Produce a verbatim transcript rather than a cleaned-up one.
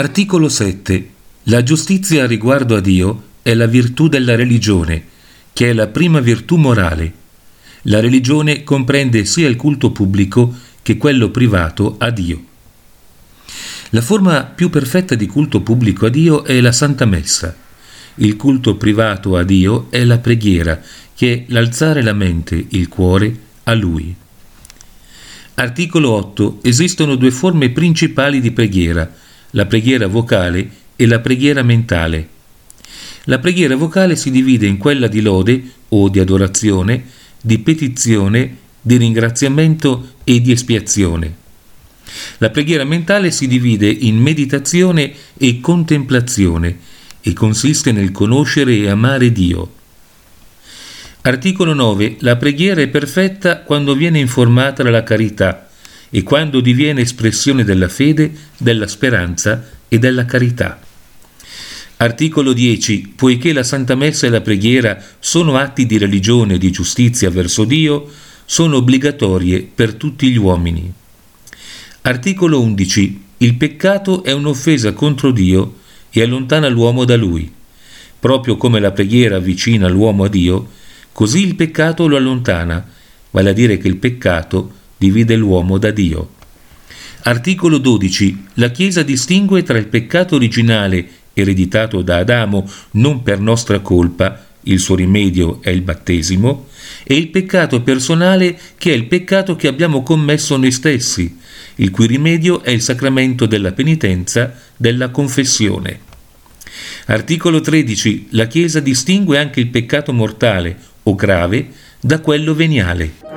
Articolo sette. La giustizia riguardo a Dio è la virtù della religione, che è la prima virtù morale. La religione comprende sia il culto pubblico che quello privato a Dio. La forma più perfetta di culto pubblico a Dio è la Santa Messa. Il culto privato a Dio è la preghiera, che è l'alzare la mente, il cuore, a Lui. Articolo otto. Esistono due forme principali di preghiera, la preghiera vocale e la preghiera mentale. La preghiera vocale si divide in quella di lode o di adorazione, di petizione, di ringraziamento e di espiazione. La preghiera mentale si divide in meditazione e contemplazione e consiste nel conoscere e amare Dio. Articolo nove. La preghiera è perfetta quando viene informata dalla carità e quando diviene espressione della fede, della speranza e della carità. Articolo dieci. Poiché la Santa Messa e la preghiera sono atti di religione e di giustizia verso Dio, sono obbligatorie per tutti gli uomini. Articolo undici. Il peccato è un'offesa contro Dio e allontana l'uomo da Lui. Proprio come la preghiera avvicina l'uomo a Dio, così il peccato lo allontana, vale a dire che il peccato divide l'uomo da Dio. Articolo dodici. La Chiesa distingue tra il peccato originale ereditato da Adamo non per nostra colpa, il suo rimedio è il battesimo, e il peccato personale che è il peccato che abbiamo commesso noi stessi, il cui rimedio è il sacramento della penitenza, della confessione. Articolo tredici. La Chiesa distingue anche il peccato mortale o grave da quello veniale.